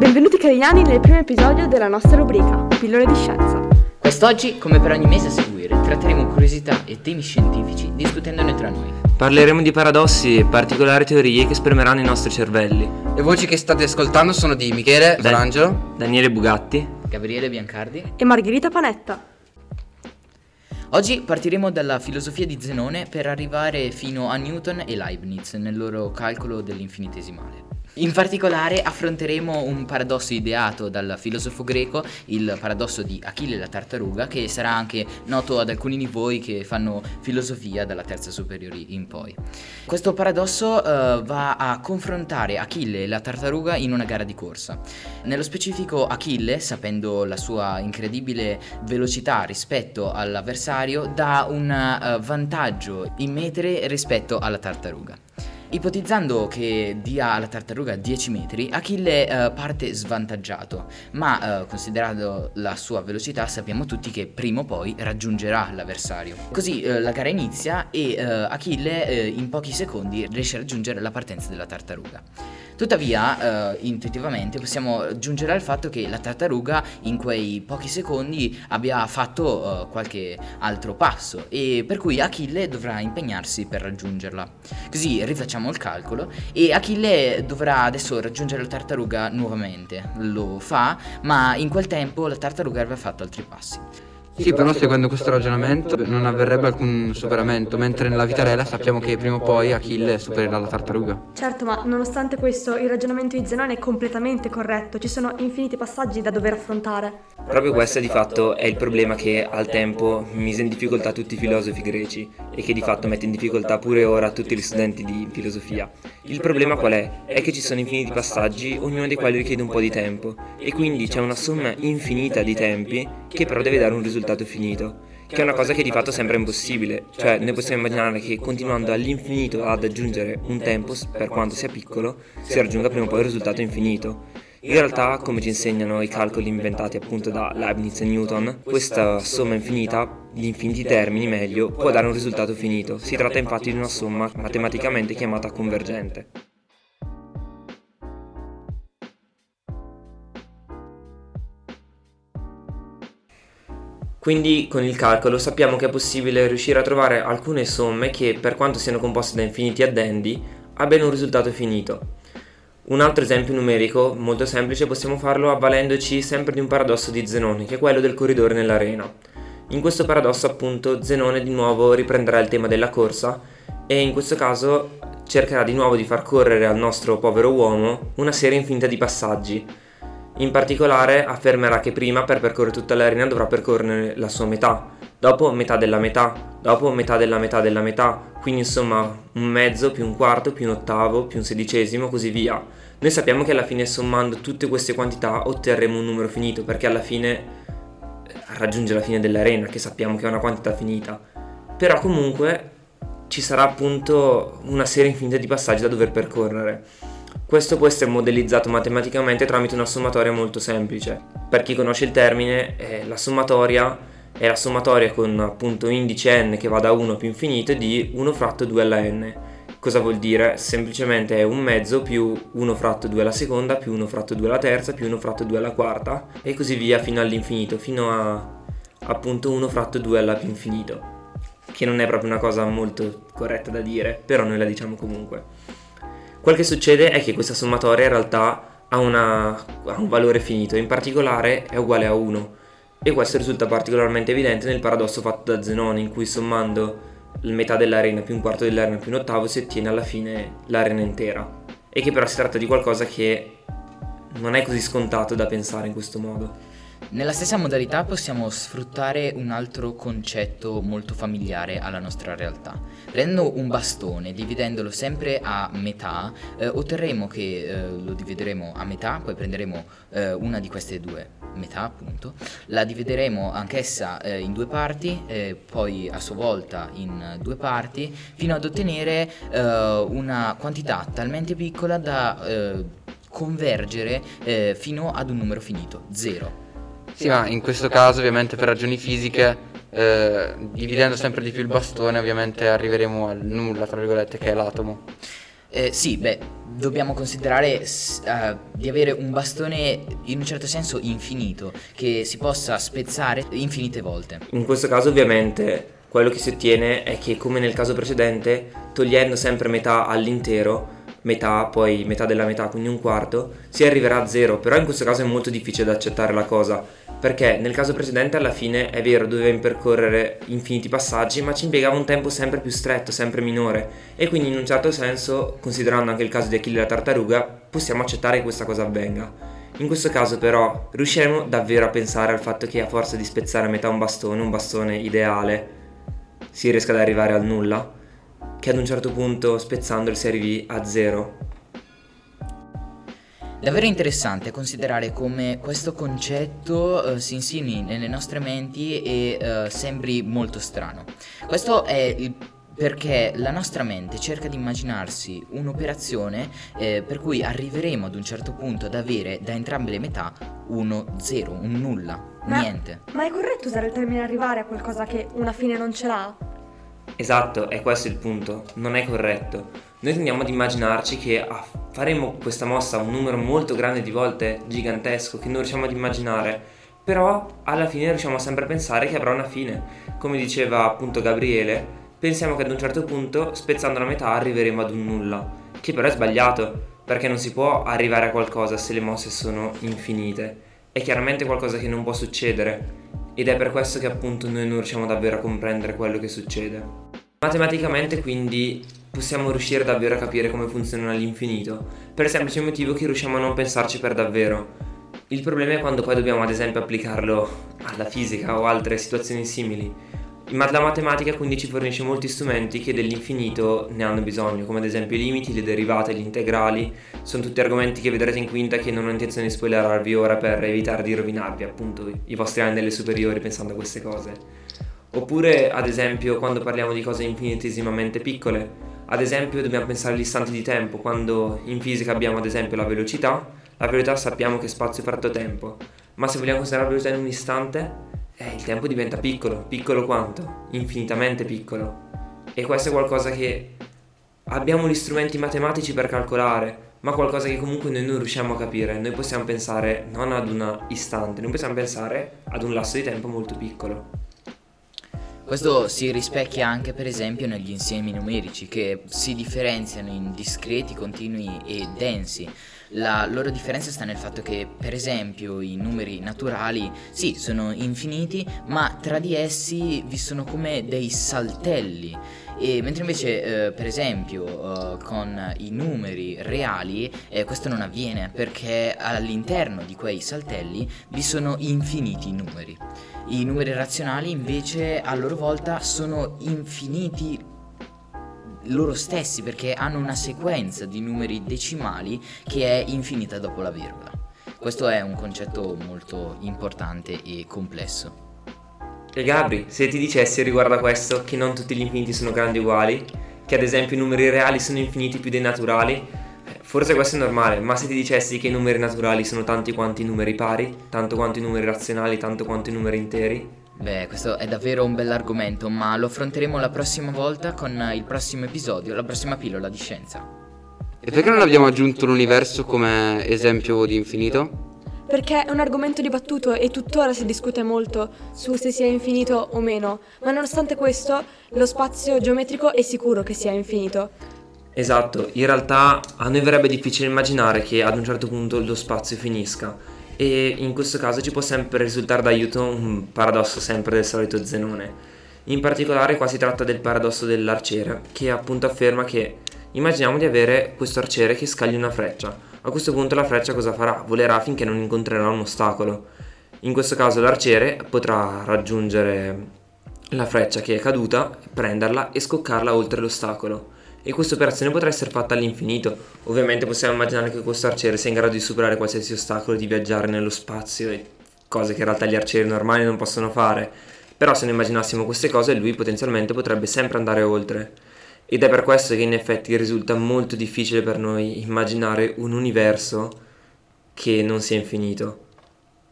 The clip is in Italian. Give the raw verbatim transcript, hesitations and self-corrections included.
Benvenuti carignani nel primo episodio della nostra rubrica Pillole di Scienza. Quest'oggi, come per ogni mese a seguire, tratteremo curiosità e temi scientifici discutendone tra noi. Parleremo di paradossi e particolari teorie che spremeranno i nostri cervelli. Le voci che state ascoltando sono di Michele Da- Solangelo, Daniele Bugatti, Gabriele Biancardi. E Margherita Panetta. Oggi partiremo dalla filosofia di Zenone per arrivare fino a Newton e Leibniz nel loro calcolo dell'infinitesimale. In particolare affronteremo un paradosso ideato dal filosofo greco, il paradosso di Achille e la tartaruga, che sarà anche noto ad alcuni di voi che fanno filosofia dalla terza superiori in poi. Questo paradosso uh, va a confrontare Achille e la tartaruga in una gara di corsa. Nello specifico Achille, sapendo la sua incredibile velocità rispetto all'avversario, dà un uh, vantaggio in metri rispetto alla tartaruga. Ipotizzando che dia alla tartaruga dieci metri, Achille eh, parte svantaggiato, ma eh, considerando la sua velocità sappiamo tutti che prima o poi raggiungerà l'avversario. Così eh, la gara inizia e eh, Achille eh, in pochi secondi riesce a raggiungere la partenza della tartaruga. Tuttavia, eh, intuitivamente possiamo giungere al fatto che la tartaruga in quei pochi secondi abbia fatto eh, qualche altro passo e per cui Achille dovrà impegnarsi per raggiungerla. Così rifacciamo il calcolo e Achille dovrà adesso raggiungere la tartaruga nuovamente. Lo fa, ma in quel tempo la tartaruga aveva fatto altri passi. Sì, però seguendo questo ragionamento non avverrebbe alcun superamento, mentre nella vita reale sappiamo che prima o poi Achille supererà la tartaruga. Certo, ma nonostante questo il ragionamento di Zenone è completamente corretto, ci sono infiniti passaggi da dover affrontare. proprio questo di fatto è il problema che al tempo mise in difficoltà tutti i filosofi greci e che di fatto mette in difficoltà pure ora tutti gli studenti di filosofia. Il problema qual è? È che ci sono infiniti passaggi, ognuno dei quali richiede un po' di tempo e quindi c'è una somma infinita di tempi che però deve dare un risultato finito, che è una cosa che di fatto sembra impossibile, cioè noi possiamo immaginare che continuando all'infinito ad aggiungere un tempo, per quanto sia piccolo, si raggiunga prima o poi il risultato infinito. In realtà, come ci insegnano i calcoli inventati appunto da Leibniz e Newton, questa somma infinita, di infiniti termini meglio, può dare un risultato finito. Si tratta infatti di una somma matematicamente chiamata convergente. Quindi con il calcolo sappiamo che è possibile riuscire a trovare alcune somme che, per quanto siano composte da infiniti addendi, abbiano un risultato finito. Un altro esempio numerico molto semplice possiamo farlo avvalendoci sempre di un paradosso di Zenone, che è quello del corridore nell'arena. In questo paradosso appunto Zenone di nuovo riprenderà il tema della corsa e in questo caso cercherà di nuovo di far correre al nostro povero uomo una serie infinita di passaggi. In particolare affermerà che prima per percorrere tutta l'arena dovrà percorrere la sua metà, dopo metà della metà, dopo metà della metà della metà, quindi insomma un mezzo più un quarto più un ottavo più un sedicesimo così via. Noi sappiamo che alla fine sommando tutte queste quantità otterremo un numero finito perché alla fine raggiunge la fine dell'arena che sappiamo che è una quantità finita, però comunque ci sarà appunto una serie infinita di passaggi da dover percorrere. Questo può essere modellizzato matematicamente tramite una sommatoria molto semplice. Per chi conosce il termine, eh, la sommatoria è la sommatoria con appunto indice n che va da uno più infinito di uno fratto due alla n. Cosa vuol dire? Semplicemente è un mezzo più uno fratto due alla seconda, più uno fratto due alla terza, più uno fratto due alla quarta e così via fino all'infinito, fino a appunto uno fratto due alla più infinito, che non è proprio una cosa molto corretta da dire, però noi la diciamo comunque. Quel che succede è che questa sommatoria in realtà ha, una, ha un valore finito, in particolare è uguale a uno, e questo risulta particolarmente evidente nel paradosso fatto da Zenone, in cui sommando la metà dell'arena più un quarto dell'arena più un ottavo si ottiene alla fine l'arena intera, e che però si tratta di qualcosa che non è così scontato da pensare in questo modo. Nella stessa modalità possiamo sfruttare un altro concetto molto familiare alla nostra realtà. Prendendo un bastone, dividendolo sempre a metà, eh, otterremo che eh, lo divideremo a metà, poi prenderemo eh, una di queste due metà appunto, la divideremo anch'essa eh, in due parti, eh, poi a sua volta in due parti, fino ad ottenere eh, una quantità talmente piccola da eh, convergere eh, fino ad un numero finito, zero. Sì, ma in questo caso ovviamente per ragioni fisiche, eh, dividendo sempre di più il bastone, ovviamente arriveremo al nulla, tra virgolette, che è l'atomo. Eh, sì, beh, dobbiamo considerare s- eh, di avere un bastone in un certo senso infinito, che si possa spezzare infinite volte. In questo caso ovviamente quello che si ottiene è che, come nel caso precedente, togliendo sempre metà all'intero, metà, poi metà della metà, quindi un quarto, si arriverà a zero. Però in questo caso è molto difficile da accettare la cosa, perché nel caso precedente alla fine è vero, doveva percorrere infiniti passaggi, ma ci impiegava un tempo sempre più stretto, sempre minore, e quindi in un certo senso, considerando anche il caso di Achille e la tartaruga, possiamo accettare che questa cosa avvenga. In questo caso però riusciremo davvero a pensare al fatto che, a forza di spezzare a metà un bastone, un bastone ideale, si riesca ad arrivare al nulla, che ad un certo punto spezzandolo si arrivi a zero. Davvero interessante considerare come questo concetto eh, si insinui nelle nostre menti e eh, sembri molto strano. Questo è il perché la nostra mente cerca di immaginarsi un'operazione eh, per cui arriveremo ad un certo punto ad avere da entrambe le metà uno zero, un nulla, Ma- niente. Ma è corretto usare il termine arrivare a qualcosa che una fine non ce l'ha? Esatto, è questo il punto, non è corretto. Noi tendiamo ad immaginarci che ah, faremo questa mossa un numero molto grande di volte, gigantesco, che non riusciamo ad immaginare, però alla fine riusciamo sempre a pensare che avrà una fine. Come diceva appunto Gabriele, pensiamo che ad un certo punto, spezzando la metà, arriveremo ad un nulla, che però è sbagliato, perché non si può arrivare a qualcosa se le mosse sono infinite. È chiaramente qualcosa che non può succedere, ed è per questo che appunto noi non riusciamo davvero a comprendere quello che succede. Matematicamente quindi possiamo riuscire davvero a capire come funzionano all'infinito, per il semplice motivo che riusciamo a non pensarci per davvero. Il problema è quando poi dobbiamo ad esempio applicarlo alla fisica o altre situazioni simili. Ma la matematica quindi ci fornisce molti strumenti che dell'infinito ne hanno bisogno, come ad esempio i limiti, le derivate, gli integrali. Sono tutti argomenti che vedrete in quinta, che non ho intenzione di spoilerarvi ora per evitare di rovinarvi appunto i vostri anni delle superiori pensando a queste cose. Oppure ad esempio quando parliamo di cose infinitesimamente piccole, ad esempio dobbiamo pensare agli istanti di tempo. Quando in fisica abbiamo ad esempio la velocità, la velocità sappiamo che è spazio fratto tempo, ma se vogliamo considerare la velocità in un istante, eh, il tempo diventa piccolo. Piccolo quanto? Infinitamente piccolo. E questo è qualcosa che abbiamo gli strumenti matematici per calcolare, ma qualcosa che comunque noi non riusciamo a capire. Noi possiamo pensare non ad un istante, noi possiamo pensare ad un lasso di tempo molto piccolo. Questo si rispecchia anche per esempio negli insiemi numerici, che si differenziano in discreti, continui e densi. La loro differenza sta nel fatto che per esempio i numeri naturali sì sono infiniti, ma tra di essi vi sono come dei saltelli, e mentre invece eh, per esempio eh, con i numeri reali eh, questo non avviene, perché all'interno di quei saltelli vi sono infiniti numeri. I numeri razionali invece a loro volta sono infiniti loro stessi, perché hanno una sequenza di numeri decimali che è infinita dopo la virgola. Questo è un concetto molto importante e complesso. E Gabri, se ti dicessi riguardo a questo che non tutti gli infiniti sono grandi uguali, che ad esempio i numeri reali sono infiniti più dei naturali, forse questo è normale, ma se ti dicessi che i numeri naturali sono tanti quanti i numeri pari, tanto quanto i numeri razionali, tanto quanto i numeri interi? Beh, questo è davvero un bell'argomento, ma lo affronteremo la prossima volta con il prossimo episodio, la prossima pillola di scienza. E perché non abbiamo aggiunto l'universo come esempio di infinito? Perché è un argomento dibattuto e tuttora si discute molto su se sia infinito o meno, ma nonostante questo lo spazio geometrico è sicuro che sia infinito. Esatto, in realtà a noi verrebbe difficile immaginare che ad un certo punto lo spazio finisca, e in questo caso ci può sempre risultare d'aiuto un paradosso sempre del solito Zenone. In particolare qua si tratta del paradosso dell'arciere, che appunto afferma che immaginiamo di avere questo arciere che scaglia una freccia. A questo punto la freccia cosa farà? Volerà finché non incontrerà un ostacolo. In questo caso l'arciere potrà raggiungere la freccia che è caduta, prenderla e scoccarla oltre l'ostacolo. E questa operazione potrà essere fatta all'infinito. Ovviamente possiamo immaginare che questo arciere sia in grado di superare qualsiasi ostacolo, di viaggiare nello spazio, e cose che in realtà gli arcieri normali non possono fare. Però se noi immaginassimo queste cose, lui potenzialmente potrebbe sempre andare oltre. Ed è per questo che in effetti risulta molto difficile per noi immaginare un universo che non sia infinito.